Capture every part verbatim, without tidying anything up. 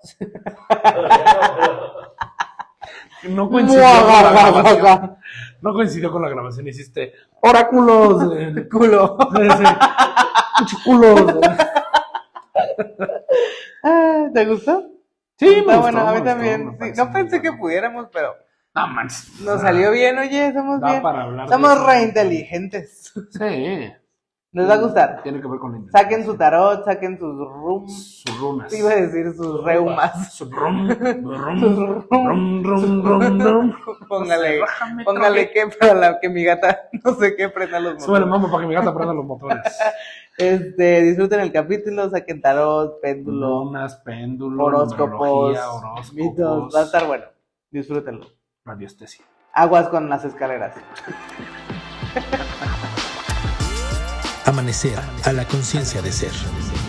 No coincidió con la grabación. No coincidió con la grabación. Hiciste oráculos. Eh, Culo. Sí, culos. Ah, ¿te gustó? Sí, me Está gustó, bueno, a mí me también. gustó, me Sí, pareció no pensé muy que bueno. pudiéramos, pero No manches. nos salió bien, oye, somos Da bien. para hablar de Somos eso. re inteligentes. Sí. Les va a gustar. Tiene que ver con la inteligencia. Saquen su tarot, saquen sus rums. Sus runas. Iba a decir sus reumas. Su rum, rum, rum, rum, rum, rum. Póngale, Rájame, póngale que para la que mi gata no sé qué prenda los Súbele, motores. mamá, para que mi gata prenda los motores. Este, disfruten el capítulo, saquen tarot, péndulo, Lunas, péndulo, horóscopos, numerología, horóscopos, mitos, va a estar bueno. Disfrútenlo. radiestesia. Aguas con las escaleras. Amanecer a la conciencia de ser.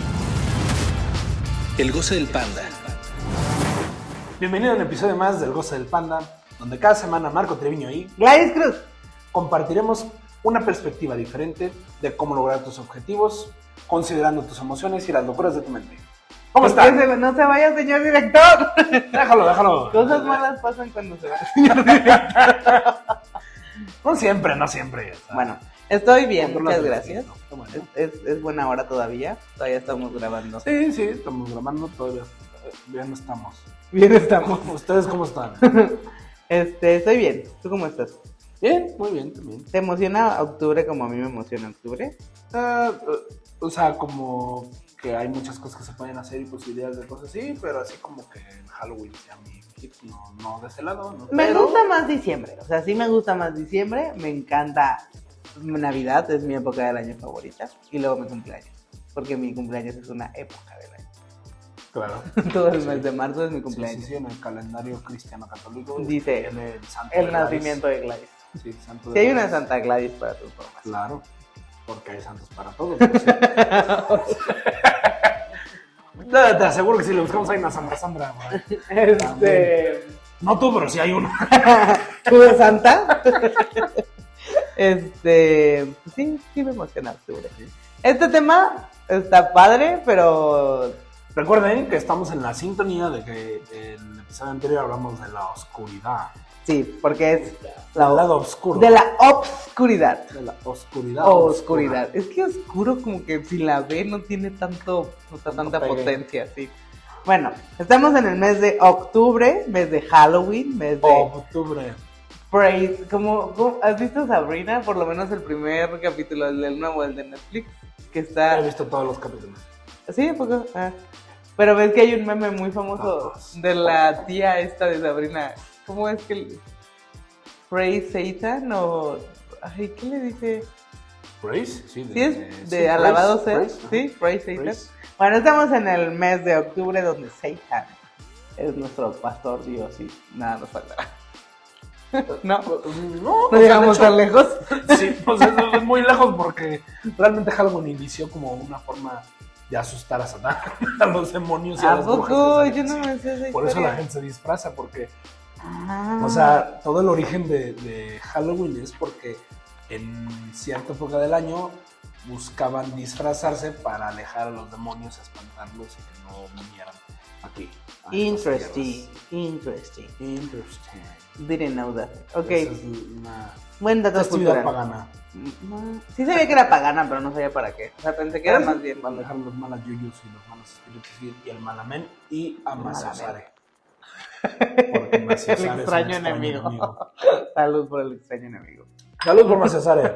El goce del panda. Bienvenido a un episodio más del Goce del Panda, donde cada semana Marco Treviño y Gladys Cruz. compartiremos una perspectiva diferente de cómo lograr tus objetivos, considerando tus emociones y las locuras de tu mente. ¿Cómo ¿Por qué estás? se- No se vaya, señor director. Déjalo, déjalo. Cosas malas pasan cuando se va, señor director. No siempre, no siempre. O sea, Bueno, estoy bien, controlas muchas el gracias. instinto. Qué bueno. Es, es, es buena hora todavía. Todavía estamos grabando. Sí, sí, estamos grabando todavía. Bien estamos. Bien estamos. ¿Ustedes cómo están? Este, estoy bien. ¿Tú cómo estás? Bien, muy bien también. ¿Te emociona octubre como a mí me emociona octubre? Ah, o sea, como que hay muchas cosas que se pueden hacer y posibilidades de cosas así, pero así como que Halloween sea mi hit, no, no de ese lado. No, Me pero... gusta más diciembre. O sea, sí me gusta más diciembre. Me encanta Navidad, es mi época del año favorita. Y luego mi cumpleaños. Porque mi cumpleaños es una época del año. Claro. Todo el mes de marzo es mi Sí, cumpleaños. sí, sí, en el calendario cristiano católico Dice viene el santo el de Gladys. nacimiento de Gladys. Sí, santo Si de hay una Gladys. Santa Gladys para tu información. Claro, porque hay santos para todos. ¿No? Sí. No, te aseguro que si le buscamos hay una Santa Sandra. por ahí. Este. No tú, pero sí hay uno. ¿Tú de Santa? Este. Pues sí, sí me emociona octubre. Este tema está padre, pero. Recuerden que estamos en la sintonía de que en el episodio anterior hablamos de la oscuridad. Sí, porque es La la lado oscuro. de la obscuridad. De la oscuridad. Oscuridad. Es que oscuro como que si la ve no tiene tanto, no está Tanto tanta pegue. potencia, sí. Bueno, estamos en el mes de octubre, mes de Halloween, mes de Octubre. Praise. ¿Cómo, cómo- has visto Sabrina? Por lo menos el primer capítulo, el del nuevo, el de Netflix, que He está... visto todos los capítulos. Sí, ¿a poco? Ah. Pero ves que hay un meme muy famoso de la tía esta de Sabrina. ¿Cómo es que... el- Praise Satan o... Ay, ¿qué le dice? ¿Praise? Sí, Sí, es de sí, alabado praise, ser. praise, Sí, Praise Satan. praise. Bueno, estamos en el mes de octubre donde Satan es nuestro pastor Dios y nada nos faltará. No, No, no llegamos tan lejos. Sí, pues es, es muy lejos porque realmente Halloween inició como una forma de asustar a Satán, a los demonios y a ¿A las brujas poco? que Yo salen. no me sé esa Por eso la historia. gente se disfraza, porque, Ah. o sea, todo el origen de, de Halloween es porque en cierta época del año buscaban disfrazarse para alejar a los demonios, espantarlos y que no vinieran aquí. a estas Interesting, tierras. interesting. Interesting. Didn't know that. Ok, Esa es una buen dato festividad cultural. pagana. No, sí sabía que era pagana, pero no sabía para qué. O sea, pensé que era más bien. Para alejar los malas yuyus y los malos espíritus y- y el malamén y a Maciosare. Porque El Maciosare es un extraño enemigo. Salud por el extraño enemigo. Salud por Maciosare.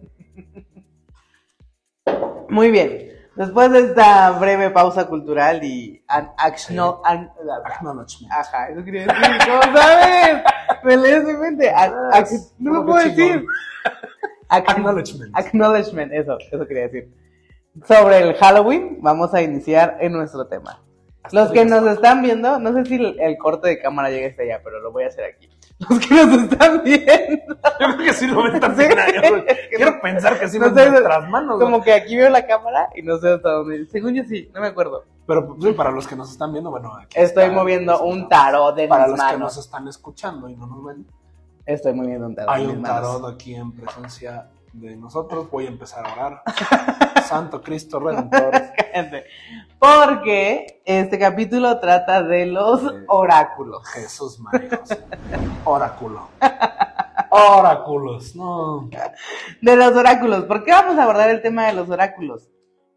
Muy bien. Después de esta breve pausa cultural y an acno- an- Acknowledgement. Ajá, eso quería decir. ¿Cómo sabes? Me lees mi mente. Ac- ac- no lo Qué puedo chingón. decir. Ac- Acknowledgement. Acknowledgement, eso, eso quería decir. Sobre el Halloween, vamos a iniciar en nuestro tema. Los que nos están viendo, no sé si el, el corte de cámara llega hasta allá, pero lo voy a hacer aquí. Los que nos están viendo, Yo creo que sí lo ven tan Sí. bien. Quiero pensar que sí No ven sé, nuestras manos. como ¿no? que aquí veo la cámara y no sé hasta dónde. Según yo sí, no me acuerdo. Pero sí, para los que nos están viendo, bueno, aquí Estoy está, moviendo está. un tarot de Para mis los que manos. nos están escuchando y no nos ven, Estoy moviendo un tarot hay de mis un manos. tarot aquí en presencia de nosotros. Voy a empezar a orar. Santo Cristo Redentor, Cállate. Porque este capítulo trata de los oráculos. Jesús María José. Oráculo. Oráculos, no. De los oráculos. ¿Por qué vamos a abordar el tema de los oráculos?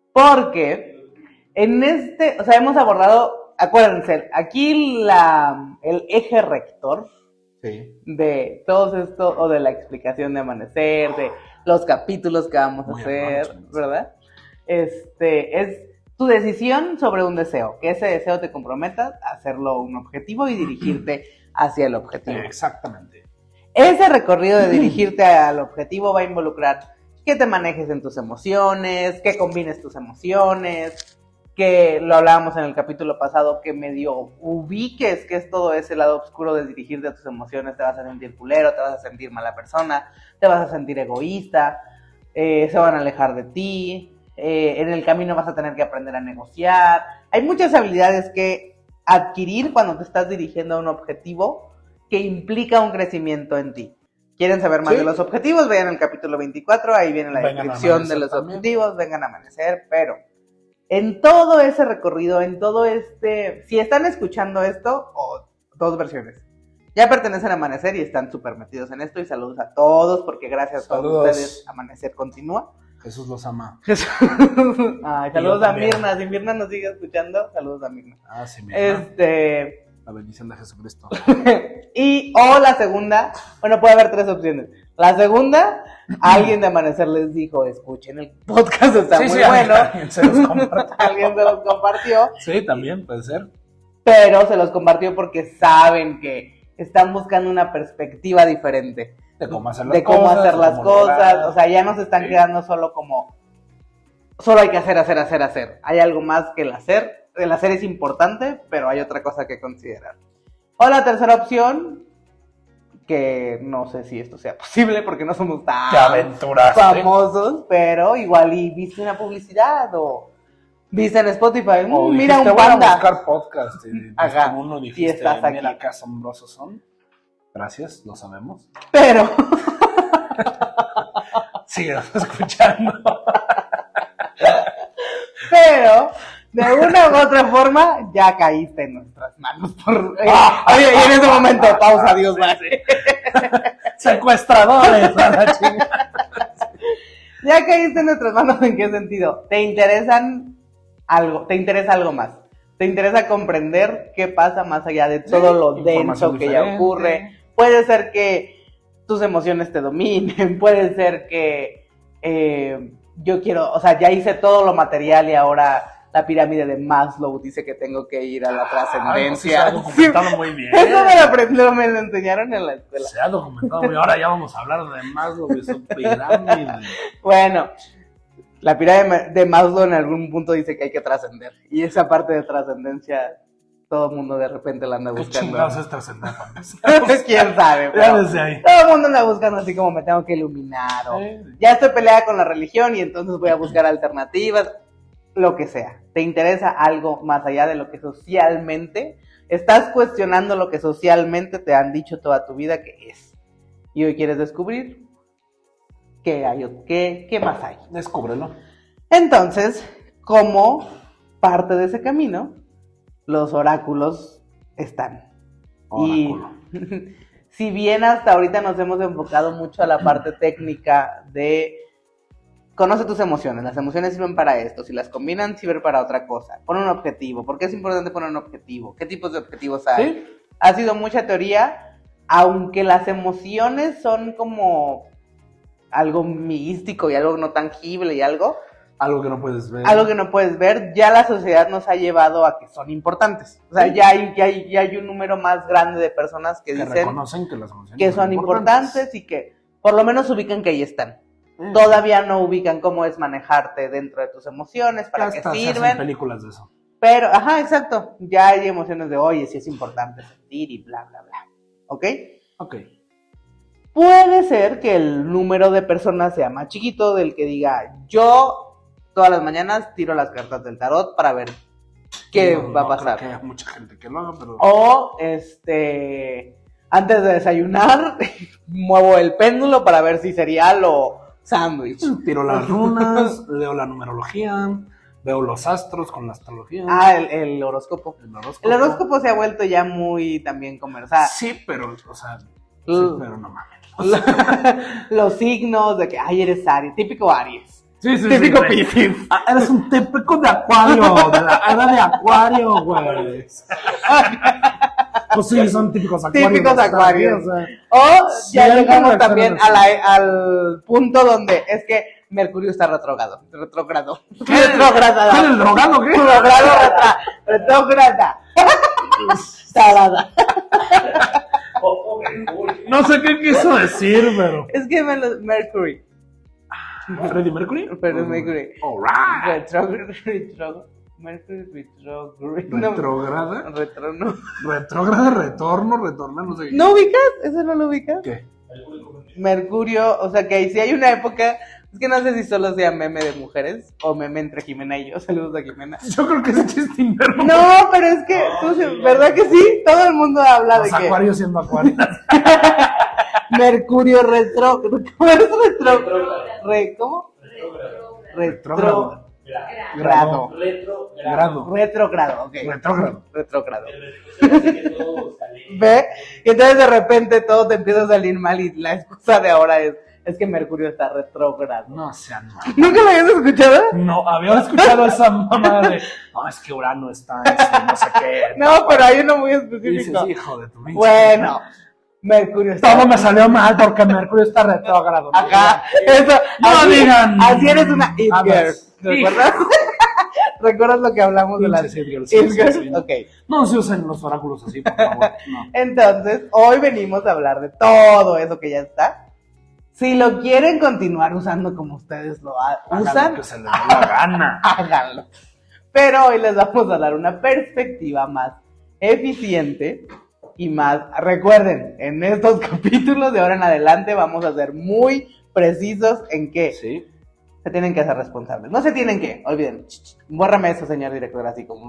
Porque en este, o sea, hemos abordado, acuérdense, aquí la, el eje rector Sí. de todos esto, o de la explicación de Amanecer, de los capítulos que vamos a Muy hacer, hermanos, ¿verdad? Este, es tu decisión sobre un deseo, que ese deseo te comprometas a hacerlo un objetivo y dirigirte hacia el objetivo. Exactamente. Ese recorrido de dirigirte al objetivo va a involucrar que te manejes en tus emociones, que combines tus emociones, que lo hablábamos en el capítulo pasado, que medio ubiques que es todo ese lado oscuro de dirigirte a tus emociones. Te vas a sentir culero, te vas a sentir mala persona, te vas a sentir egoísta, eh, se van a alejar de ti, eh, en el camino vas a tener que aprender a negociar. Hay muchas habilidades que adquirir cuando te estás dirigiendo a un objetivo que implica un crecimiento en ti. ¿Quieren saber más Sí. de los objetivos? Vean el capítulo veinticuatro, ahí viene la Vengan a descripción de Amanecer los también. objetivos, vengan a Amanecer, pero en todo ese recorrido, en todo este... Si están escuchando esto, oh, dos versiones. Ya pertenecen a Amanecer y están súper metidos en esto, y saludos a todos, porque gracias a todos Saludos. ustedes Amanecer continúa. Jesús los ama. Ay, Y saludos yo a también. Mirna, si Mirna nos sigue escuchando, saludos a Mirna. Ah, sí, mi Este... La bendición de Jesucristo. Y, o la segunda, bueno, puede haber tres opciones. La segunda, alguien de Amanecer les dijo, escuchen el podcast, está Sí, muy sí, bueno. alguien se los compartió. Alguien se los compartió, Sí, también puede ser. pero se los compartió porque saben que están buscando una perspectiva diferente De cómo hacer las de cómo cosas. hacer de las cómo cosas. lograr. O sea, ya no se están Sí. quedando solo como, solo hay que hacer, hacer, hacer, hacer. Hay algo más que el hacer. El hacer es importante, pero hay otra cosa que considerar. O la tercera opción, que no sé si esto sea posible porque no somos tan Te aventuraste. famosos, pero igual y viste una publicidad o viste en Spotify, O "Mm, mira dijiste, un voy a panda". buscar podcast. Y pues, Ajá, como uno y dijiste, estás mira aquí. qué asombrosos son. Gracias, lo sabemos. Pero, Síguenos escuchando. pero, de una u otra forma, ya caíste en nuestras manos. Por... Oye, oye, y en ese momento, pausa, Dios va. Secuestradores, a la chingada. Ya caíste en nuestras manos, ¿en qué sentido? ¿Te interesan algo? ¿Te interesa algo más? ¿Te interesa comprender qué pasa más allá de todo Sí, lo denso información que ya diferente. ocurre? Puede ser que tus emociones te dominen, puede ser que eh, yo quiero, o sea, ya hice todo lo material y ahora la pirámide de Maslow dice que tengo que ir a la Ay, no, sí se trascendencia. ha documentado muy bien. Eso me lo aprendieron, me lo enseñaron en la escuela. Se ha documentado muy bien. Ahora ya vamos a hablar de Maslow y su pirámide. Bueno, la pirámide de Maslow en algún punto dice que hay que trascender. Y esa parte de trascendencia, todo el mundo de repente la anda ¿Qué buscando. chingados es trascender para empezar? ¿Quién sabe? Ya Pero desde ahí. todo el mundo anda buscando así como me tengo que iluminar. O Sí. ya estoy peleada con la religión y entonces voy a buscar alternativas. Lo que sea. ¿Te interesa algo más allá de lo que socialmente? ¿Estás cuestionando lo que socialmente te han dicho toda tu vida que es? Y hoy quieres descubrir qué hay, o qué, qué más hay. Descúbrelo. Entonces, como parte de ese camino, los oráculos están. Oráculo. Y si bien hasta ahorita nos hemos enfocado mucho a la parte técnica de conoce tus emociones, las emociones sirven para esto, si las combinan sirven para otra cosa, pon un objetivo, ¿por qué es importante poner un objetivo? ¿Qué tipos de objetivos hay? ¿Sí? Ha sido mucha teoría, aunque las emociones son como algo místico y algo no tangible y algo, Algo que no puedes ver. algo que no puedes ver, ya la sociedad nos ha llevado a que son importantes. O sea, Sí. ya hay, ya hay, ya hay un número más grande de personas que, que dicen reconocen que las emociones que son importantes y que por lo menos ubican que ahí están. Mm. Todavía no ubican cómo es manejarte dentro de tus emociones, para Ya qué hasta se hacen sirven. películas de eso. Pero, ajá, exacto. Ya hay emociones de, oye, sí es importante sentir y bla, bla, bla. ¿Ok? Ok. Puede ser que el número de personas sea más chiquito del que diga, yo todas las mañanas tiro las cartas del tarot para ver qué No, va a no pasar. creo que haya mucha gente que lo haga, pero. O, este, antes de desayunar, muevo el péndulo para ver si cereal o sándwich. Tiro las runas, leo la numerología, veo los astros con la astrología. Ah, el, el horóscopo. el horóscopo. El horóscopo se ha vuelto ya muy también comercial. Sí, pero, o sea, sí, L- pero no mames. Los signos de que, ay, eres Aries, típico Aries. Sí, sí, Típico sí, güey. Piscis. Ah, eres un típico de Acuario, de la era de Acuario, güey. Pues sí, son típicos acuarios. Típicos acuarios. O sea, O ya Siempre llegamos reaccionan también así. a la- al punto donde es que Mercurio está retrogrado. Retrogrado. ¿Qué? ¿Cuál Retrograda. el drogado qué? Retrogrado, retra- retrógrada. Tarada. No sé qué quiso decir, pero. Es que me lo- Mercury. ¿Freddie Mercury? Freddie Mercury. Alright. Retro, retro, Mercury retrograde. No, Retrograda. retro, no. Retrógrada, retorno, retornar, no sé qué. ¿No ubicas? ¿Eso no lo ubicas? ¿Qué? Mercurio, o sea que si hay una época, es que no sé si solo sea meme de mujeres o meme entre Jimena y yo. Saludos a Jimena. Yo creo que es chiste interno. No, pero es que, tú, ¿verdad que sí? Todo el mundo habla Los de que acuarios siendo acuarios. Mercurio retro, ¿cómo es retro? Re, ¿Cómo? Retrógrado. Retrogrado. Grado. Retrogrado, ok. Retrógrado. Retrogrado. ¿Ve? Y entonces de repente todo te empieza a salir mal y la excusa de ahora es, es que Mercurio está retrógrado. No sean mal. ¿Nunca lo habías escuchado? No, había escuchado esa mamá de. No, es que Urano está en su no sé qué. No, pero hay uno muy Y dices, específico. hijo de tu pinche. Bueno, Mercurio está Todo me salió mal porque Mercurio está retrógrado. acá. Eso, No así, digan. así eres una it A ver. girl. ¿Recuerdas? ¿Recuerdas lo que hablamos de las Pinches it girls, it sí, sí, girls? sí. Ok. No se usen los oráculos así, por favor. No. Entonces, hoy venimos a hablar de todo eso que ya está. Si lo quieren continuar usando como ustedes lo ha- Hagan usan, lo que se les dé la gana. háganlo. Pero hoy les vamos a dar una perspectiva más eficiente y más... Recuerden, en estos capítulos de ahora en adelante vamos a ser muy precisos en que Sí. se tienen que hacer responsables. No se tienen que, olviden, ch, ch, bórrame eso, señor director, así como...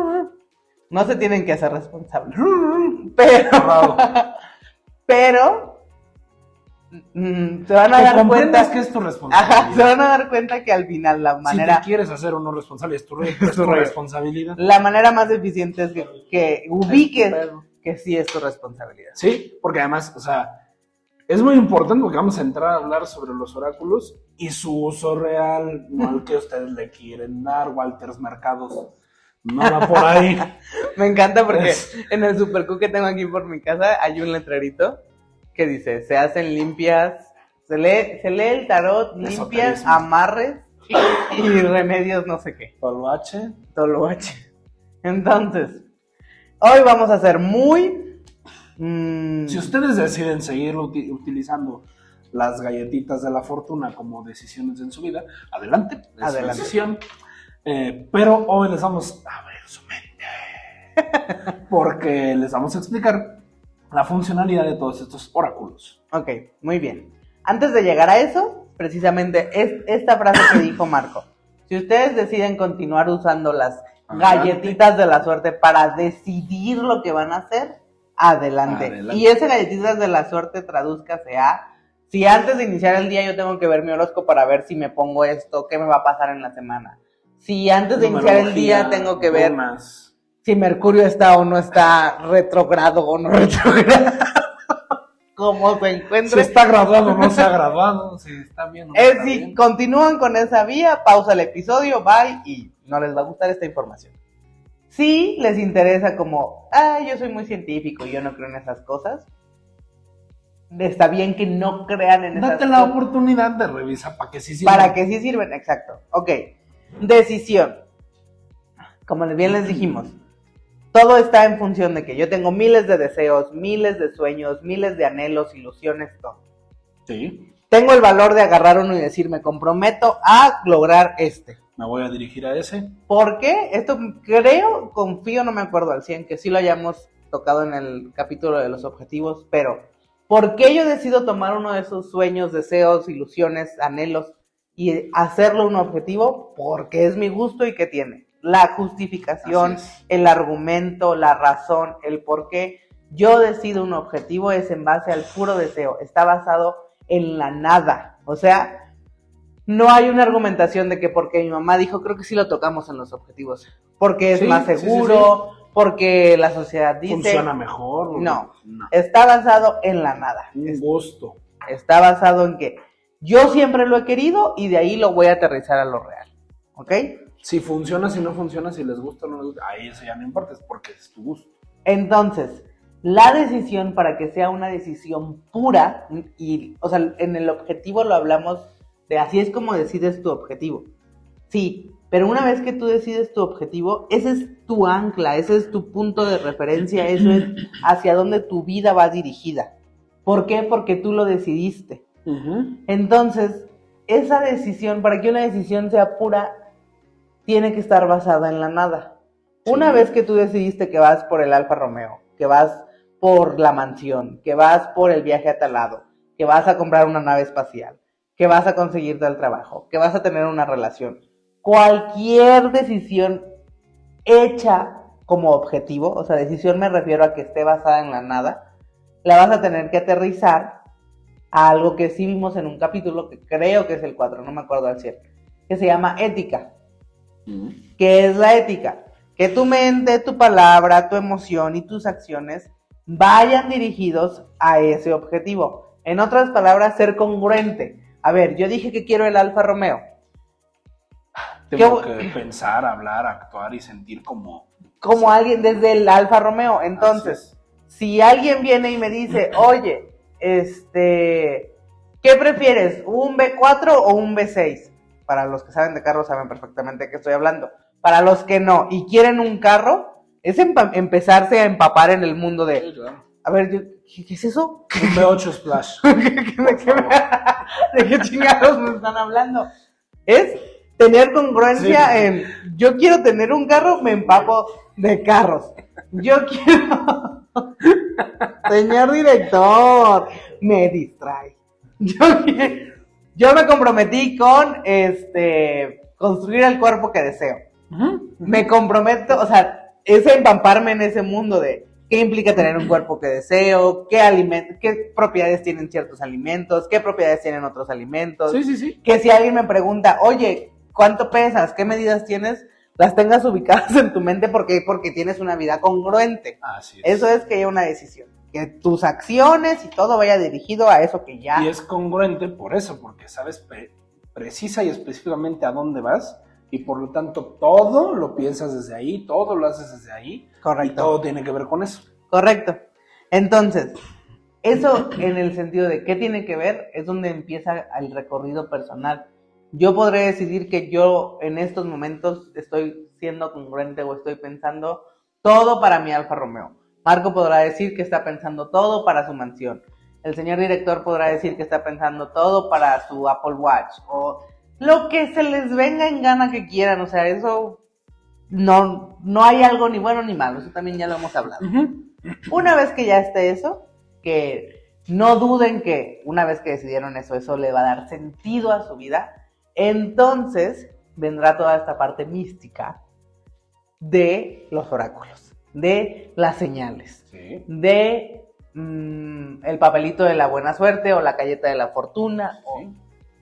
No se tienen que hacer responsables. Pero... Bravo. Pero... mm, se van a Que dar comprendas cuenta... que es tu Ajá, responsabilidad. se van a dar cuenta que al final la Si manera... te quieres hacer o no responsable, es tu, re- es tu tu re- responsabilidad. La manera más eficiente es que, que ubiques Pero- que sí es tu responsabilidad. Sí, porque además, o sea, es muy importante porque vamos a entrar a hablar sobre los oráculos y su uso real, no al que ustedes le quieren dar, Walters Mercados. No va por ahí. Me encanta porque Es- en el supercu que tengo aquí por mi casa hay un letrerito que dice, se hacen limpias, se lee, se lee el tarot, limpias, Esoterismo. amarres y remedios no sé qué. Toloache. Toloache. Entonces, hoy vamos a ser muy... mm, Si ustedes deciden seguir uti- utilizando las galletitas de la fortuna como decisiones en su vida, adelante, es su Adelante. decisión. Eh, pero hoy les vamos a abrir su mente. Porque les vamos a explicar la funcionalidad de todos estos oráculos. Ok, muy bien. Antes de llegar a eso, precisamente es esta frase que dijo Marco. Si ustedes deciden continuar usando las Adelante. galletitas de la suerte para decidir lo que van a hacer, adelante. Adelante. Y ese galletitas de la suerte tradúzcase a, si antes de iniciar el día yo tengo que ver mi horóscopo para ver si me pongo esto, qué me va a pasar en la semana. Si antes de iniciar el día Numerología, tengo que ver runas. si Mercurio está o no está retrogrado o no retrogrado. Cómo se Si encuentre. está graduado o no se ha graduado, si está bien o no Es está si bien. continúan con esa vía, pausa el episodio, bye, y no les va a gustar esta información. Si les interesa como, ah, yo soy muy científico y yo no creo en esas cosas, está bien que no crean en esas Date la cosas. oportunidad de revisar para que sí sirva. Para que sí sirven, exacto. Ok, decisión. Como bien les dijimos, todo está en función de que yo tengo miles de deseos, miles de sueños, miles de anhelos, ilusiones, todo. Sí, Tengo el valor de agarrar uno y decir, me comprometo a lograr este. me voy a dirigir a ese. ¿Por qué? Esto creo, confío, no me acuerdo al cien, que sí lo hayamos tocado en el capítulo de los objetivos, pero ¿por qué yo decido tomar uno de esos sueños, deseos, ilusiones, anhelos y hacerlo un objetivo? Porque es mi gusto y que tiene la justificación, Así es. el argumento, la razón, el por qué yo decido un objetivo es en base al puro deseo, está basado en la nada, o sea, no hay una argumentación de que porque mi mamá dijo, creo que sí lo tocamos en los objetivos, porque es Sí, más sí, sí, seguro, sí. porque la sociedad dice... Funciona mejor. No, no. está basado en la nada. Un gusto. Está basado en que yo siempre lo he querido y de ahí lo voy a aterrizar a lo real, ¿ok? Si funciona, si no funciona, si les gusta o no les gusta, ahí eso ya no importa, es porque es tu gusto. Entonces, la decisión para que sea una decisión pura, y, o sea, en el objetivo lo hablamos de así es como decides tu objetivo. Sí, pero una vez que tú decides tu objetivo, ese es tu ancla, ese es tu punto de referencia, eso es hacia dónde tu vida va dirigida. ¿Por qué? Porque tú lo decidiste. Uh-huh. Entonces, esa decisión, para que una decisión sea pura, tiene que estar basada en la nada. Sí. Una vez que tú decidiste que vas por el Alfa Romeo, que vas por la mansión, que vas por el viaje a tal lado, que vas a comprar una nave espacial, que vas a conseguir tal trabajo, que vas a tener una relación, cualquier decisión hecha como objetivo, o sea, decisión me refiero a que esté basada en la nada, la vas a tener que aterrizar a algo que sí vimos en un capítulo, que creo que es el cuatro, no me acuerdo al cien, que se llama ética. Mm. ¿Qué es la ética? Que tu mente, tu palabra, tu emoción y tus acciones vayan dirigidos a ese objetivo. En otras palabras, ser congruente. A ver, yo dije que quiero el Alfa Romeo. Tengo ¿Qué? que pensar, hablar, actuar y sentir como... Como alguien desde el Alfa Romeo. Entonces, si alguien viene y me dice, oye, este, ¿qué prefieres? ¿Un B cuatro o un B seis? Para los que saben de carros saben perfectamente de qué estoy hablando. Para los que no y quieren un carro, es empa- empezarse a empapar en el mundo de... Sí, claro. A ver, yo, ¿qué, ¿qué es eso? Un V ocho Splash. ¿De, qué, de, qué, ¿De qué chingados me están hablando? Es tener congruencia sí. en... Yo quiero tener un carro, me empapo de carros. Yo quiero... Señor director, me distrae. Yo, yo me comprometí con este construir el cuerpo que deseo. Uh-huh, uh-huh. Me comprometo, o sea, es empamparme en ese mundo de qué implica tener un cuerpo que deseo, qué alimentos, qué propiedades tienen ciertos alimentos, qué propiedades tienen otros alimentos. Sí, sí, sí. Que si alguien me pregunta, oye, ¿cuánto pesas? ¿Qué medidas tienes? Las tengas ubicadas en tu mente porque, porque tienes una vida congruente. Así es. Eso es que haya una decisión. Que tus acciones y todo vaya dirigido a eso que ya... Y es congruente por eso, porque sabes pre- precisa y específicamente a dónde vas y por lo tanto todo lo piensas desde ahí, todo lo haces desde ahí. Correcto. Y todo tiene que ver con eso. Correcto. Entonces, eso en el sentido de qué tiene que ver es donde empieza el recorrido personal. Yo podré decidir que yo en estos momentos estoy siendo congruente o estoy pensando todo para mi Alfa Romeo. Marco podrá decir que está pensando todo para su mansión. El señor director podrá decir que está pensando todo para su Apple Watch. O lo que se les venga en gana que quieran. O sea, eso no, no hay algo ni bueno ni malo. Eso también ya lo hemos hablado. Uh-huh. Una vez que ya esté eso, que no duden que una vez que decidieron eso, eso le va a dar sentido a su vida. Entonces vendrá toda esta parte mística de los oráculos, de las señales, sí. de mmm, el papelito de la buena suerte o la galleta de la fortuna. Sí. O...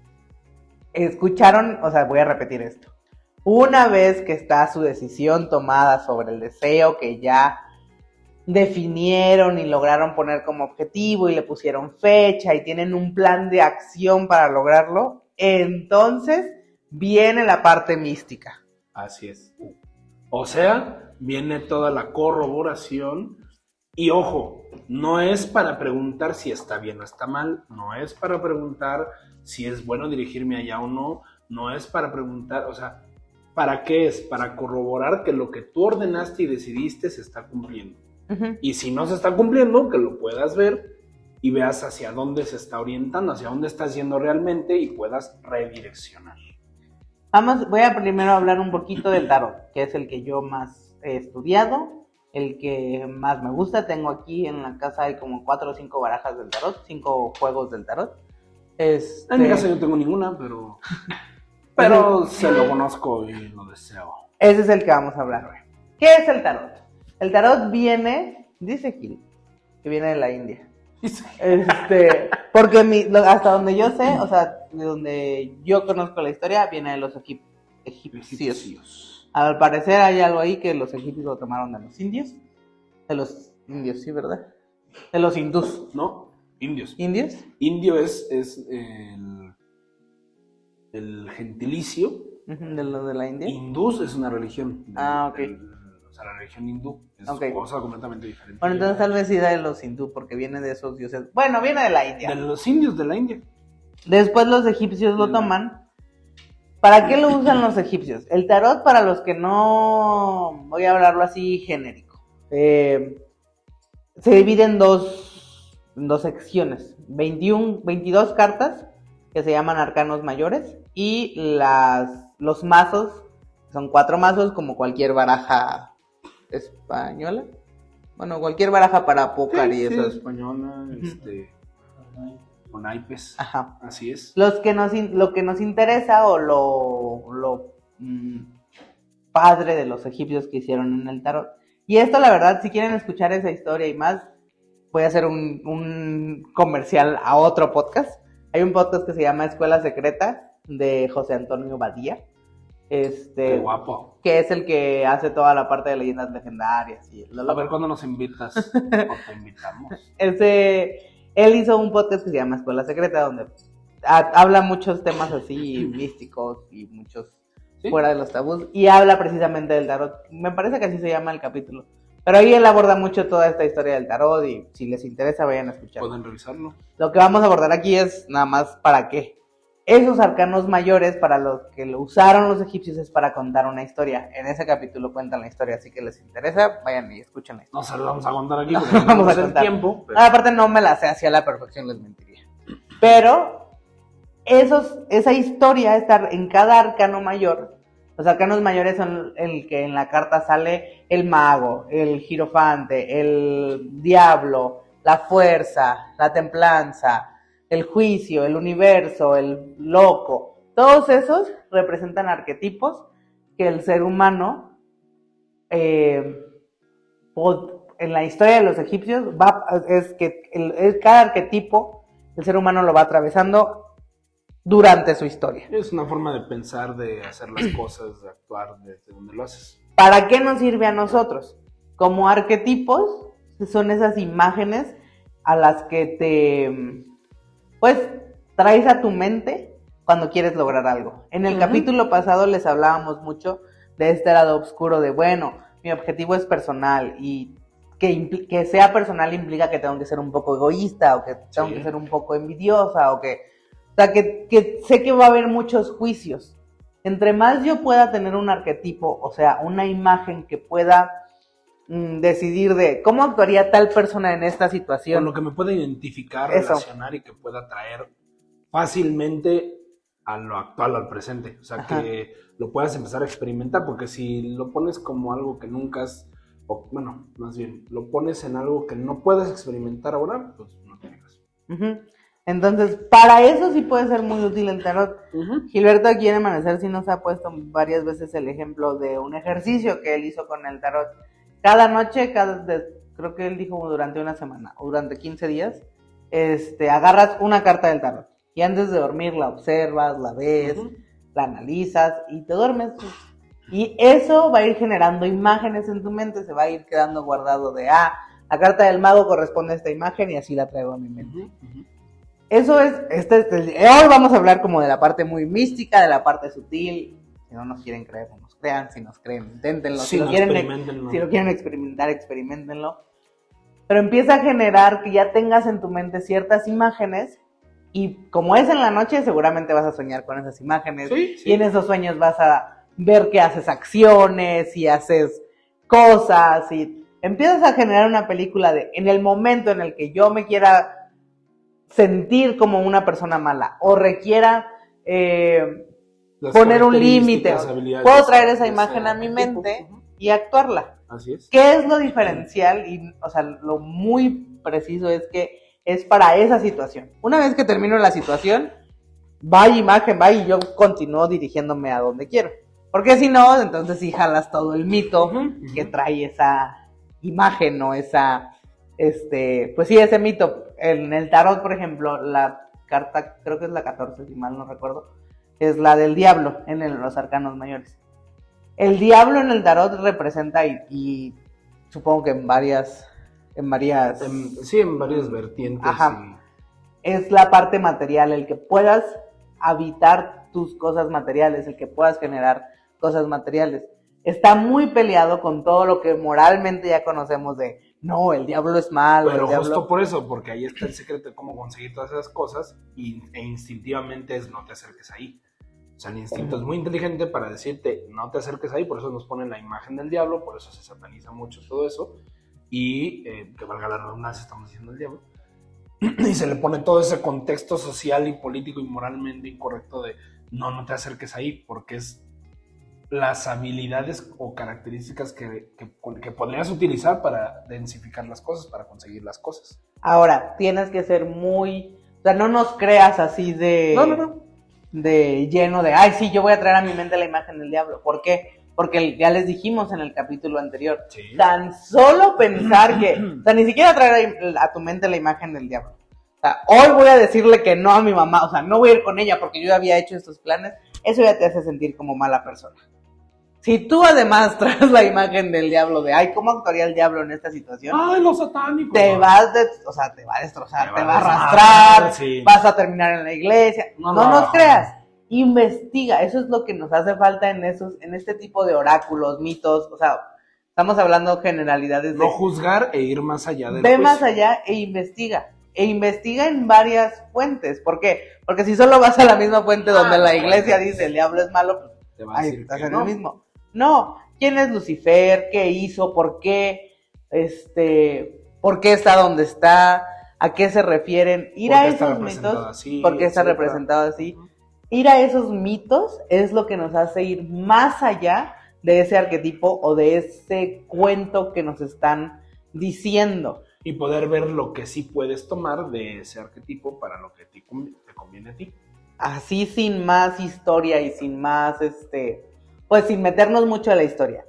Escucharon, o sea, voy a repetir esto. Una vez que está su decisión tomada sobre el deseo que ya definieron y lograron poner como objetivo y le pusieron fecha y tienen un plan de acción para lograrlo, entonces viene la parte mística. Así es. O sea, viene toda la corroboración y ojo, no es para preguntar si está bien o está mal, no es para preguntar si es bueno dirigirme allá o no, no es para preguntar, o sea, ¿para qué es? Para corroborar que lo que tú ordenaste y decidiste se está cumpliendo. Uh-huh. Y si no se está cumpliendo, que lo puedas ver y veas hacia dónde se está orientando, hacia dónde estás yendo realmente y puedas redireccionar. Vamos, voy a primero hablar un poquito del tarot, que es el que yo más he estudiado, el que más me gusta. Tengo aquí en la casa hay como cuatro o cinco barajas del tarot, cinco juegos del tarot. Este... En mi casa yo no tengo ninguna, pero pero se lo conozco y lo deseo. Ese es el que vamos a hablar hoy. ¿Qué es el tarot? El tarot viene, dice Gil, que viene de la India. Este, porque mi, lo- hasta donde yo sé, o sea, de donde yo conozco la historia, viene de los egip- egipcios. Egipcios. Al parecer hay algo ahí que los egipcios lo tomaron de los indios. De los indios, sí, ¿verdad? De los hindús. ¿No? Indios. ¿Indios? Indio es, es el, el gentilicio. Ujú, de los de la India. Hindús es una religión. Ah, ok. Del- o sea, la religión hindú es Ok. cosa completamente diferente. Bueno, entonces tal vez sí de los hindú, porque viene de esos dioses. Bueno, viene de la India. De los indios de la India. Después los egipcios lo toman. ¿Para qué lo usan los egipcios? El tarot, para los que no... Voy a hablarlo así genérico. Eh, se divide en dos, en dos secciones. veintiuno, veintidós cartas que se llaman arcanos mayores. Y las, los mazos, son cuatro mazos como cualquier baraja española. Bueno, cualquier baraja para póker y Sí, sí, eso. española, este, con naipes. Ajá. Así es. Los que nos, in- lo que nos interesa o lo, lo mm, padre de los egipcios que hicieron en el tarot. Y esto, la verdad, si quieren escuchar esa historia y más, voy a hacer un, un comercial a otro podcast. Hay un podcast que se llama Escuela Secreta de José Antonio Badía. Este, Qué guapo. que es el que hace toda la parte de leyendas legendarias. Y A ver cuándo nos invitas. O te invitamos. Ese, él hizo un podcast que se llama Escuela Secreta, donde ha- habla muchos temas así místicos y muchos ¿Sí? fuera de los tabús, y habla precisamente del tarot. Me parece que así se llama el capítulo. Pero ahí él aborda mucho toda esta historia del tarot, y si les interesa vayan a escuchar. Pueden revisarlo. Lo que vamos a abordar aquí es nada más para qué. Esos arcanos mayores, para los que lo usaron los egipcios, es para contar una historia. En ese capítulo cuentan la historia, así que les interesa, vayan y escuchen la historia. No se lo vamos a contar aquí No, porque no vamos a tenemos el contar. tiempo. pero- Ah, aparte no me la sé así a la perfección, les mentiría. Pero esos, esa historia está en cada arcano mayor. Los arcanos mayores son el que en la carta sale el mago, el girofante, el diablo, la fuerza, la templanza, el juicio, el universo, el loco. Todos esos representan arquetipos que el ser humano eh, pod- en la historia de los egipcios va, es que el, es cada arquetipo el ser humano lo va atravesando durante su historia. Es una forma de pensar, de hacer las cosas, de actuar desde donde lo haces. ¿Para qué nos sirve a nosotros? Como arquetipos son esas imágenes a las que te pues traes a tu mente cuando quieres lograr algo. En el Ujú. capítulo pasado les hablábamos mucho de este lado oscuro de, bueno, mi objetivo es personal, y que, impl- que sea personal implica que tengo que ser un poco egoísta, o que tengo Sí. que ser un poco envidiosa, o que, o sea, que, que sé que va a haber muchos juicios. Entre más yo pueda tener un arquetipo, o sea, una imagen que pueda mm, decidir de cómo actuaría tal persona en esta situación. Con lo que me pueda identificar, Eso. relacionar y que pueda traer fácilmente a lo actual, al presente. O sea, Ajá. que lo puedas empezar a experimentar, porque si lo pones como algo que nunca has, o bueno, más bien, lo pones en algo que no puedes experimentar ahora, pues no te digas. Ujú. Entonces, para eso sí puede ser muy útil el tarot. Gilberto aquí en Amanecer sí nos ha puesto varias veces el ejemplo de un ejercicio que él hizo con el tarot. Cada noche, cada de- creo que él dijo durante una semana o durante quince días, este, agarras una carta del tarot y antes de dormir la observas, la ves, Ujú. la analizas y te duermes. Y eso va a ir generando imágenes en tu mente, se va a ir quedando guardado de, ah, la carta del mago corresponde a esta imagen y así la traigo a mi mente. Ujú, ujú. Eso es, este, este, hoy vamos a hablar como de la parte muy mística, de la parte sutil. Si no nos quieren creer, no nos crean. Si nos creen, inténtenlo. Si, Sí, lo, no, quieren, experimentenlo. si lo quieren experimentar, experimentenlo. Pero empieza a generar que ya tengas en tu mente ciertas imágenes, y como es en la noche, seguramente vas a soñar con esas imágenes. Sí, sí. Y en esos sueños vas a ver que haces acciones y haces cosas, y empiezas a generar una película de, en el momento en el que yo me quiera sentir como una persona mala o requiera eh, Las poner un límite, características, habilidades puedo traer esa de imagen a mi tipo. mente Ujú. y actuarla. Así es. ¿Qué es lo diferencial? Y, o sea, lo muy preciso es que es para esa situación. Una vez que termino la situación, va imagen, va y yo continúo dirigiéndome a donde quiero. Porque si no, entonces sí jalas todo el mito Ujú, ujú. que trae esa imagen o esa, este, pues sí, ese mito. En el tarot, por ejemplo, la carta, creo que es la catorce, si mal no recuerdo, es la del diablo en el, los arcanos mayores. El diablo en el tarot representa, y, y supongo que en varias, en varias... En, sí, en varias vertientes. Ajá. Y... es la parte material, el que puedas habitar tus cosas materiales, el que puedas generar cosas materiales. Está muy peleado con todo lo que moralmente ya conocemos de, no, el diablo es malo. Pero el diablo... justo por eso, porque ahí está el secreto de cómo conseguir todas esas cosas y, e instintivamente es no te acerques ahí. O sea, el instinto es muy inteligente para decirte no te acerques ahí, por eso nos ponen la imagen del diablo, por eso se sataniza mucho todo eso y, eh, que valga la redundancia, estamos diciendo el diablo. Y se le pone todo ese contexto social y político y moralmente incorrecto de no, no te acerques ahí, porque es las habilidades o características que, que, que podrías utilizar para densificar las cosas, para conseguir las cosas. Ahora, tienes que ser muy... O sea, no nos creas así de... No, no, no. De lleno de, ay, sí, yo voy a traer a mi mente la imagen del diablo. ¿Por qué? Porque ya les dijimos en el capítulo anterior, Sí. tan solo pensar que, o sea, ni siquiera traer a tu mente la imagen del diablo. O sea, hoy voy a decirle que no a mi mamá, o sea, no voy a ir con ella porque yo ya había hecho estos planes, eso ya te hace sentir como mala persona. Si tú además traes la imagen del diablo de, ay, ¿cómo actuaría el diablo en esta situación? Ay, los satánicos. Te vas de, o sea, te va a destrozar, Te te, va va a a arrastrar, sí. vas a terminar en la iglesia. No, No, no no. nos creas, investiga, eso es lo que nos hace falta en esos, en este tipo de oráculos, mitos, o sea, estamos hablando generalidades de... No juzgar e ir más allá del Ve juicio. más allá e investiga. E investiga en varias fuentes. ¿Por qué? Porque si solo vas a la misma fuente donde Ah, la sí. iglesia dice el diablo es malo, pues Te va a ahí decir estás que en no. el mismo. No, ¿quién es Lucifer? ¿Qué hizo? ¿Por qué? Este, ¿por qué está donde está? ¿A qué se refieren? Ir ¿Por a qué está esos representado mitos, así? ¿por qué está Etcétera. representado así? Ir a esos mitos es lo que nos hace ir más allá de ese arquetipo o de ese cuento que nos están diciendo. Y poder ver lo que sí puedes tomar de ese arquetipo para lo que te conviene, te conviene a ti. Así sin más historia y sin más, este, pues sin meternos mucho a la historia.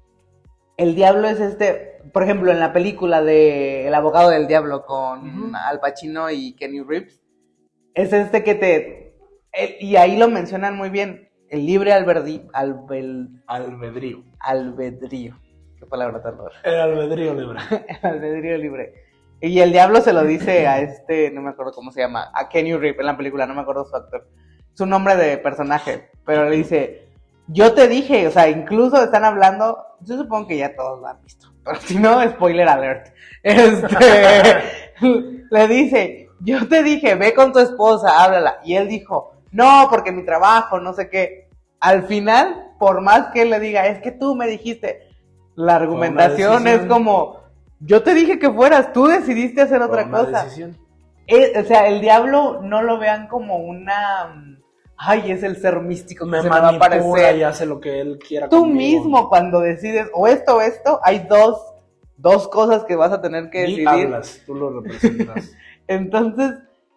El diablo es este, por ejemplo, en la película de El abogado del diablo con Uh-huh. Al Pacino y Kenny Reeves, es este que te, el, y ahí lo mencionan muy bien, el libre albedrío, albel, Albedrío. albedrío, qué palabra tan rara. El albedrío libre. El albedrío libre. Y el diablo se lo dice a este, no me acuerdo cómo se llama, a Kenny Reeves en la película, no me acuerdo su actor, su nombre de personaje, pero le dice, yo te dije, o sea, incluso están hablando, yo supongo que ya todos lo han visto, pero si no, spoiler alert, este, le dice, yo te dije, ve con tu esposa, háblala, y él dijo, no, porque mi trabajo, no sé qué, al final, por más que él le diga, es que tú me dijiste, la argumentación es como, yo te dije que fueras, tú decidiste hacer otra Una cosa. decisión. Es, o sea, el diablo no lo vean como una, ay, es el ser místico que Me se me va a manipula aparecer. y hace lo que él quiera Tú conmigo. mismo cuando decides o esto o esto, hay dos, dos cosas que vas a tener que Ni decidir. hablas, tú lo representas. Entonces,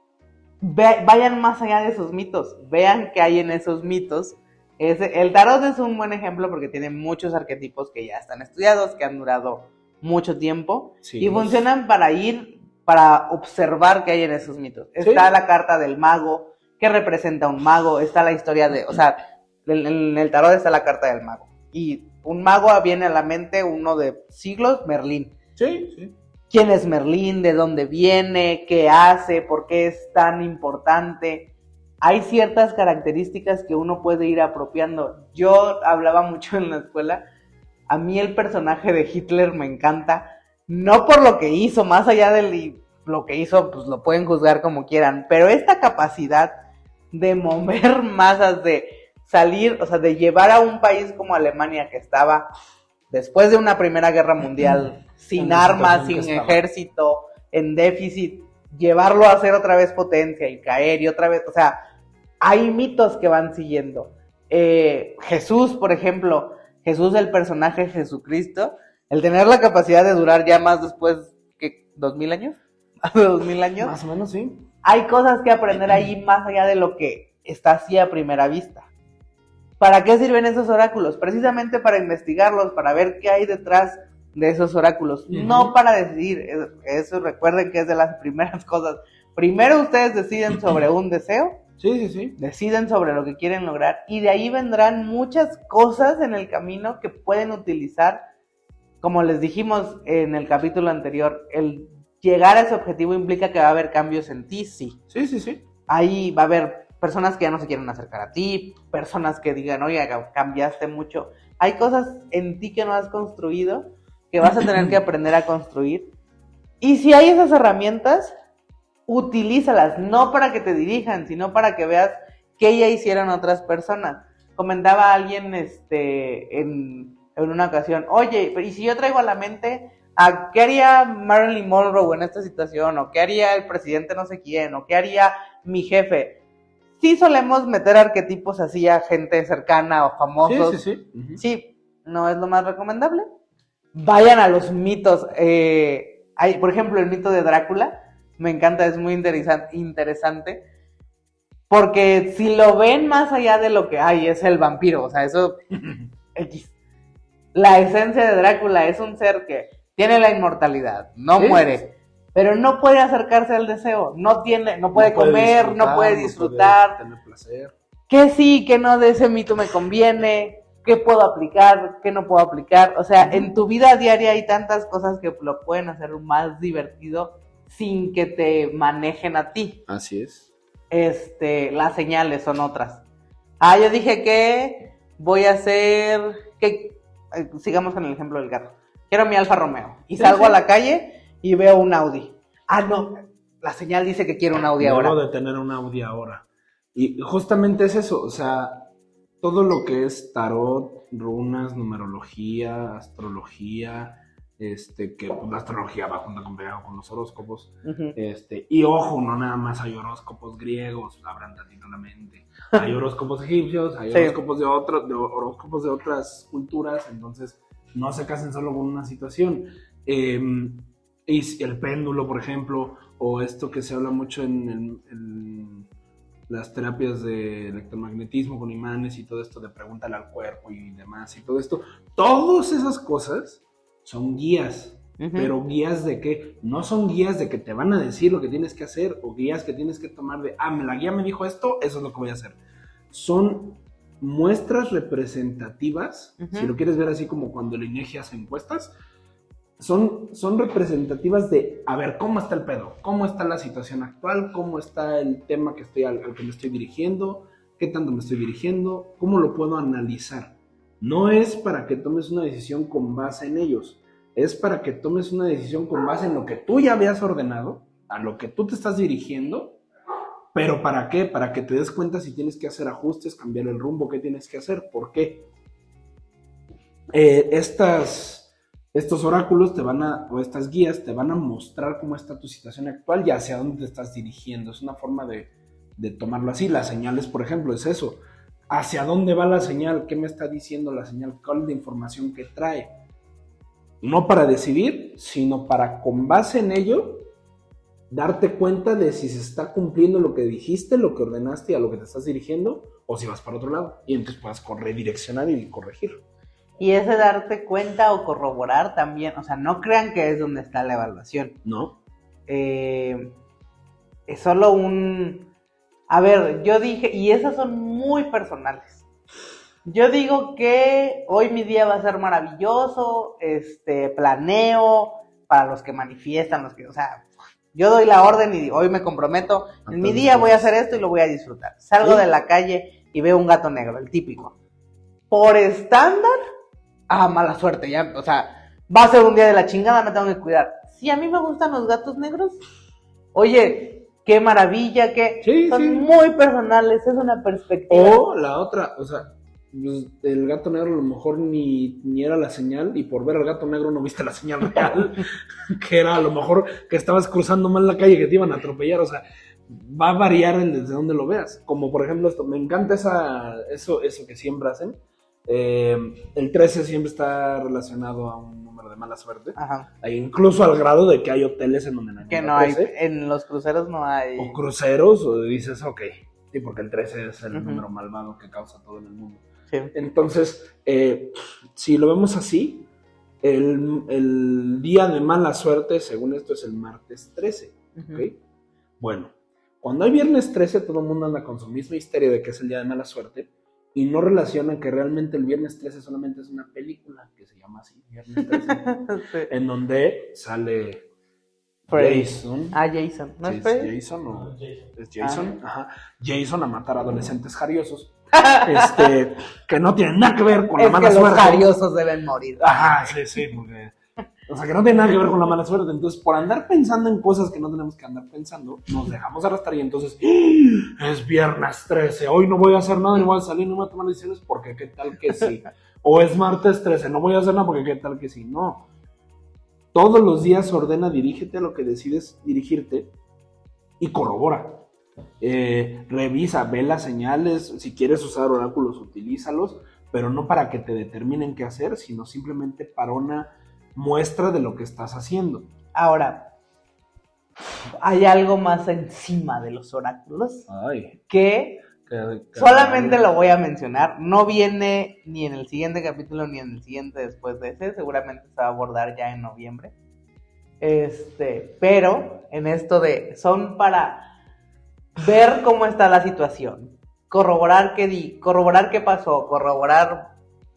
ve, vayan más allá de esos mitos, vean qué hay en esos mitos. Ese, el tarot es un buen ejemplo porque tiene muchos arquetipos que ya están estudiados, que han durado mucho tiempo Sí. y funcionan para ir, para observar qué hay en esos mitos. Sí. Está la carta del mago, que representa un mago, está la historia de, o sea, en, en el tarot está la carta del mago. Y un mago viene a la mente, uno de siglos, Merlín. Sí, sí. ¿Quién es Merlín? ¿De dónde viene? ¿Qué hace? ¿Por qué es tan importante? Hay ciertas características que uno puede ir apropiando. Yo hablaba mucho en la escuela. A mí el personaje de Hitler me encanta. No por lo que hizo, más allá de lo que hizo, pues lo pueden juzgar como quieran. Pero esta capacidad de mover masas, de salir, o sea, de llevar a un país como Alemania, que estaba después de una Primera Guerra Mundial, sin En la armas, situación sin que estaba. ejército, en déficit, llevarlo a ser otra vez potencia y caer y otra vez, o sea, hay mitos que van siguiendo. Eh, Jesús, por ejemplo, Jesús, el personaje de Jesucristo, el tener la capacidad de durar ya más después que dos mil años, hace dos mil años, Más o menos, sí. hay cosas que aprender ahí más allá de lo que está así a primera vista. ¿Para qué sirven esos oráculos? Precisamente para investigarlos, para ver qué hay detrás de esos oráculos, uh-huh. no para decidir, eso recuerden que es de las primeras cosas. Primero ustedes deciden sobre un deseo, sí, sí, sí. deciden sobre lo que quieren lograr y de ahí vendrán muchas cosas en el camino que pueden utilizar, como les dijimos en el capítulo anterior, el llegar a ese objetivo implica que va a haber cambios en ti, sí. Sí, sí, sí. Ahí va a haber personas que ya no se quieren acercar a ti, personas que digan, oye, cambiaste mucho. Hay cosas en ti que no has construido, que vas a tener que aprender a construir. Y si hay esas herramientas, utilízalas, no para que te dirijan, sino para que veas qué ya hicieron otras personas. Comentaba alguien este, en, en una ocasión, oye, y si yo traigo a la mente a qué haría Marilyn Monroe en esta situación, o qué haría el presidente no sé quién, o qué haría mi jefe. Sí solemos meter arquetipos así a gente cercana o famosos. Sí, sí, sí. Uh-huh. Sí, no es lo más recomendable. Vayan a los mitos. Eh, hay, por ejemplo, el mito de Drácula. Me encanta, es muy interesante, interesante. Porque si lo ven más allá de lo que hay, es el vampiro. O sea, eso... X. La esencia de Drácula es un ser que tiene la inmortalidad, no sí. muere. Pero no puede acercarse al deseo, no tiene, no puede, no puede comer, no puede disfrutar. No puede tener placer. ¿Qué sí, qué no de ese mito me conviene? ¿Qué puedo aplicar? ¿Qué no puedo aplicar? O sea, uh-huh. en tu vida diaria hay tantas cosas que lo pueden hacer más divertido sin que te manejen a ti. Así es. Este, las señales son otras. Ah, yo dije que voy a hacer, que eh, sigamos con el ejemplo del gato. Quiero mi Alfa Romeo y sí, salgo sí. a la calle y veo un Audi. Ah, no, la señal dice que quiero un Audi Debo ahora. Debo de tener un Audi ahora. Y justamente es eso, o sea, todo lo que es tarot, runas, numerología, astrología, este, que pues, la astrología va junto con, pegado con los horóscopos, uh-huh. este, y ojo, no nada más hay horóscopos griegos, abran tantito la mente, hay horóscopos egipcios, hay sí. horóscopos de otros, de horóscopos de otras culturas, entonces no se casen solo con una situación. Eh, y el péndulo, por ejemplo, o esto que se habla mucho en, en, en las terapias de electromagnetismo con imanes y todo esto de pregúntale al cuerpo y demás y todo esto, todas esas cosas son guías, uh-huh. pero guías de qué, no son guías de que te van a decir lo que tienes que hacer o guías que tienes que tomar de, ah, la guía me dijo esto, eso es lo que voy a hacer. Son muestras representativas, uh-huh. si lo quieres ver así como cuando el INEGI hace encuestas, son, son representativas de, a ver, ¿cómo está el pedo? ¿Cómo está la situación actual? ¿Cómo está el tema que estoy, al, al que me estoy dirigiendo? ¿Qué tanto me estoy dirigiendo? ¿Cómo lo puedo analizar? No es para que tomes una decisión con base en ellos, es para que tomes una decisión con base en lo que tú ya habías ordenado, a lo que tú te estás dirigiendo, pero ¿para qué? Para que te des cuenta si tienes que hacer ajustes, cambiar el rumbo, qué tienes que hacer, ¿por qué? Eh, estas... Estos oráculos te van a, o estas guías te van a mostrar cómo está tu situación actual y hacia dónde te estás dirigiendo. Es una forma de, de tomarlo así. Las señales, por ejemplo, es eso. ¿Hacia dónde va la señal? ¿Qué me está diciendo la señal? ¿Cuál es la información que trae? No para decidir, sino para, con base en ello, darte cuenta de si se está cumpliendo lo que dijiste, lo que ordenaste y a lo que te estás dirigiendo, o si vas para otro lado. Y entonces puedas redireccionar y corregir. Y ese darte cuenta o corroborar también, o sea, no crean que es donde está la evaluación. No. Eh, es solo un... A ver, yo dije, y esas son muy personales. Yo digo que hoy mi día va a ser maravilloso, este, planeo, para los que manifiestan, los que, o sea, yo doy la orden y hoy me comprometo, en Entonces, mi día voy a hacer esto y lo voy a disfrutar. Salgo ¿sí? de la calle y veo un gato negro, el típico. Por estándar... Ah, mala suerte, ya, o sea, va a ser un día de la chingada, me tengo que cuidar. Si a mí me gustan los gatos negros, oye, qué maravilla, que sí, son sí. muy personales, es una perspectiva. O la otra, o sea, el gato negro a lo mejor ni, ni era la señal, y por ver al gato negro no viste la señal real, que era a lo mejor que estabas cruzando mal la calle, que te iban a atropellar, o sea, va a variar desde donde lo veas. Como por ejemplo esto, me encanta esa, eso, eso que siempre hacen. Eh, el trece siempre está relacionado a un número de mala suerte. Ajá. Hay incluso al grado de que hay hoteles en donde no que no hay, en los cruceros no hay. O cruceros, o dices, ok, sí, porque el trece es el uh-huh. número malvado que causa todo en el mundo. Sí. Entonces, eh, si lo vemos así, El, el día de mala suerte, según esto, es el martes trece. Ujú. ¿Ok? Bueno, cuando hay viernes trece, todo el mundo anda con su misma histeria de que es el día de mala suerte y no relacionan que realmente el viernes trece solamente es una película que se llama así, Viernes trece, Sí. en donde sale Freddy. Jason. Ah, Jason. ¿No ¿Sí es es Freddy? Jason o Jason. es Jason? Ajá. Jason a matar a adolescentes jariosos. este, que no tienen nada que ver con la Es mala que los suerte. jariosos deben morir. Ajá, sí, sí, porque... O sea, que no tiene nada que ver con la mala suerte. Entonces, por andar pensando en cosas que no tenemos que andar pensando, nos dejamos arrastrar y entonces, ¡ah! Es viernes trece, hoy no voy a hacer nada, ni voy a salir, no voy a tomar decisiones porque qué tal que sí. O es martes trece, no voy a hacer nada porque qué tal que sí. No. Todos los días ordena, dirígete a lo que decides dirigirte y corrobora. Eh, revisa, ve las señales, si quieres usar oráculos, utilízalos, pero no para que te determinen qué hacer, sino simplemente para una muestra de lo que estás haciendo. Ahora, hay algo más encima de los oráculos Ay, que que, que solamente lo voy a mencionar. No viene ni en el siguiente capítulo ni en el siguiente después de ese. Seguramente se va a abordar ya en noviembre. Este, pero en esto de son para ver cómo está la situación, corroborar qué di, corroborar qué pasó, corroborar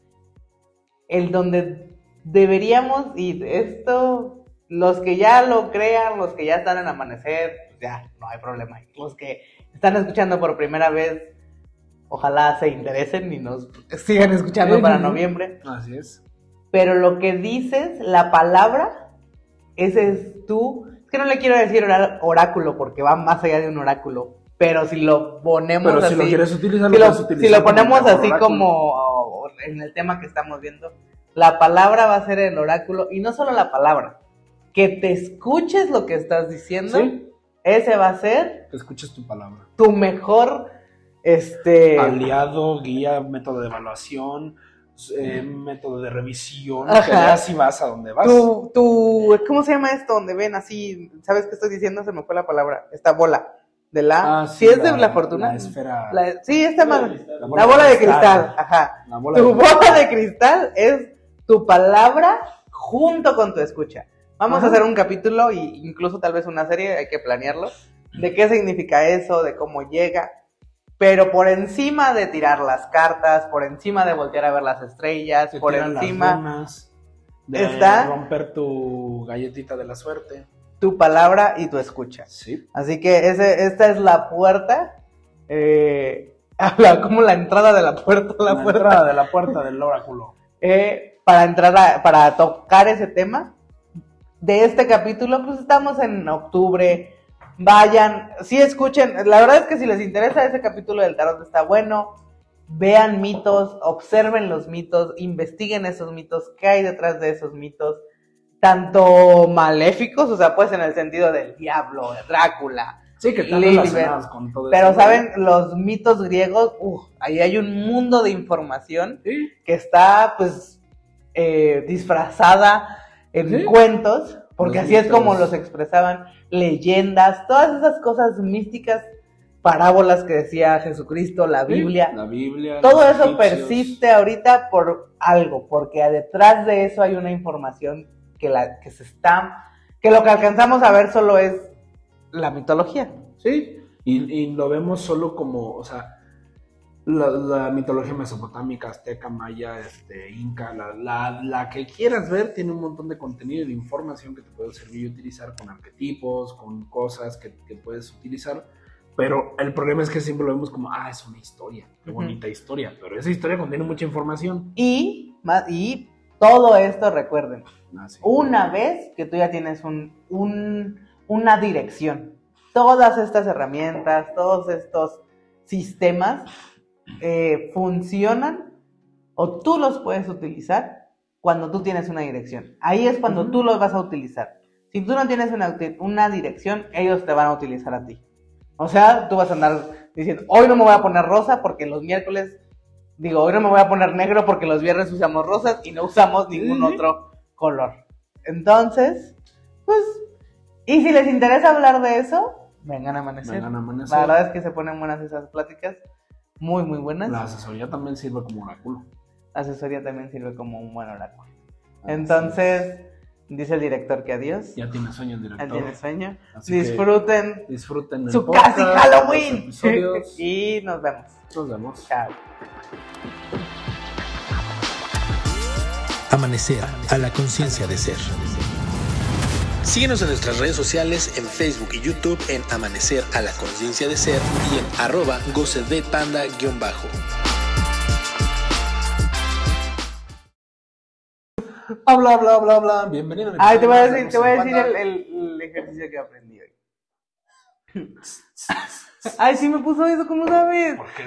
el donde deberíamos ir. Esto, los que ya lo crean, los que ya están en Amanecer, pues ya no hay problema. Los que están escuchando por primera vez, ojalá se interesen y nos sigan escuchando Sí, para sí, sí. noviembre. Así es. Pero lo que dices, la palabra, ese es tú. Es que no le quiero decir orá- oráculo porque va más allá de un oráculo. Pero si lo ponemos Pero así, si lo quieres utilizar, si lo lo, puedes si utilizar lo ponemos como así oráculo. como en el tema que estamos viendo, la palabra va a ser el oráculo. Y no solo la palabra, que te escuches lo que estás diciendo. Sí, Ese va a ser que escuches tu palabra. tu mejor este Aliado, guía, método de evaluación, eh, método de revisión, Ajá. que veas si vas a donde vas. tu, tu ¿cómo se llama esto? Donde ven así, ¿sabes qué estoy diciendo? Se me fue la palabra. Esta bola de la Ah, si es de la fortuna. La esfera. La- sí, esta Bola de más. cristal. La bola de cristal, ajá. La bola Tu de bola de cristal es tu palabra junto con tu escucha. Vamos Ajá. a hacer un capítulo e incluso tal vez una serie, hay que planearlo, de qué significa eso, de cómo llega. Pero por encima de tirar las cartas, por encima de voltear a ver las estrellas, Te por tiran las encima, runas, de está- romper tu galletita de la suerte. tu palabra y tu escucha. Sí. Así que ese, esta es la puerta, eh, la- como la entrada de la puerta, la, La, puerta, entrada de la puerta del oráculo. eh, para entrar a, para tocar ese tema de este capítulo. Pues estamos en octubre. Vayan, sí escuchen, la verdad es que si les interesa ese capítulo del tarot está bueno. Vean mitos, observen los mitos, investiguen esos mitos, qué hay detrás de esos mitos, tanto maléficos, o sea, pues en el sentido del diablo, de Drácula, Sí, que están Lilibet. relacionadas con todo pero eso. saben, los mitos griegos, uh, ahí hay un mundo de información Sí. que está pues eh, disfrazada en Sí. cuentos, porque Los así es como mitos. los expresaban, leyendas, todas esas cosas místicas, parábolas que decía Jesucristo, la Sí, Biblia, La Biblia. todo los eso egipcios. persiste ahorita por algo, porque detrás de eso hay una información que, la, que se está, que lo que alcanzamos a ver solo es la mitología. Sí, y, y lo vemos solo como, o sea, la, la mitología mesopotámica, azteca, maya, este, inca, la, la, la que quieras ver, tiene un montón de contenido y de información que te puede servir y utilizar con arquetipos, con cosas que, que puedes utilizar. Pero el problema es que siempre lo vemos como, ah, es una historia, qué Ujú. bonita historia, pero esa historia contiene mucha información. Y, más, y todo esto, recuerden, Ah, sí. una vez que tú ya tienes un, un, una dirección, todas estas herramientas, todos estos sistemas eh, funcionan o tú los puedes utilizar cuando tú tienes una dirección. Ahí es cuando Ujú. tú los vas a utilizar. Si tú no tienes una, uti- una dirección, ellos te van a utilizar a ti. O sea, tú vas a andar diciendo, hoy no me voy a poner rosa porque los miércoles, digo, hoy no me voy a poner negro porque los viernes usamos rosas y no usamos ningún Ujú. otro color. Entonces, pues, y si les interesa hablar de eso, vengan a amanecer. Vengan a amanecer. La verdad es que se ponen buenas esas pláticas, muy, muy buenas. La asesoría también sirve como oráculo. La asesoría también sirve como un buen oráculo. Entonces, dice el director que adiós. Ya tiene sueño el Ya director. tiene sueño. Así que Disfruten disfruten el su podcast, casi Halloween. los episodios. Y nos vemos. Nos vemos. Chao. Amanecer a la conciencia de ser. Síguenos en nuestras redes sociales en Facebook y YouTube en Amanecer a la conciencia de ser y en arroba goce de panda guión bajo. Habla, bla, bla, bla. Bienvenido a mi Ay, te voy a programa, decir, te voy a Goce de decir Panda. el, el, el ejercicio que aprendí hoy. Ay, sí me puso eso, ¿cómo sabes? Porque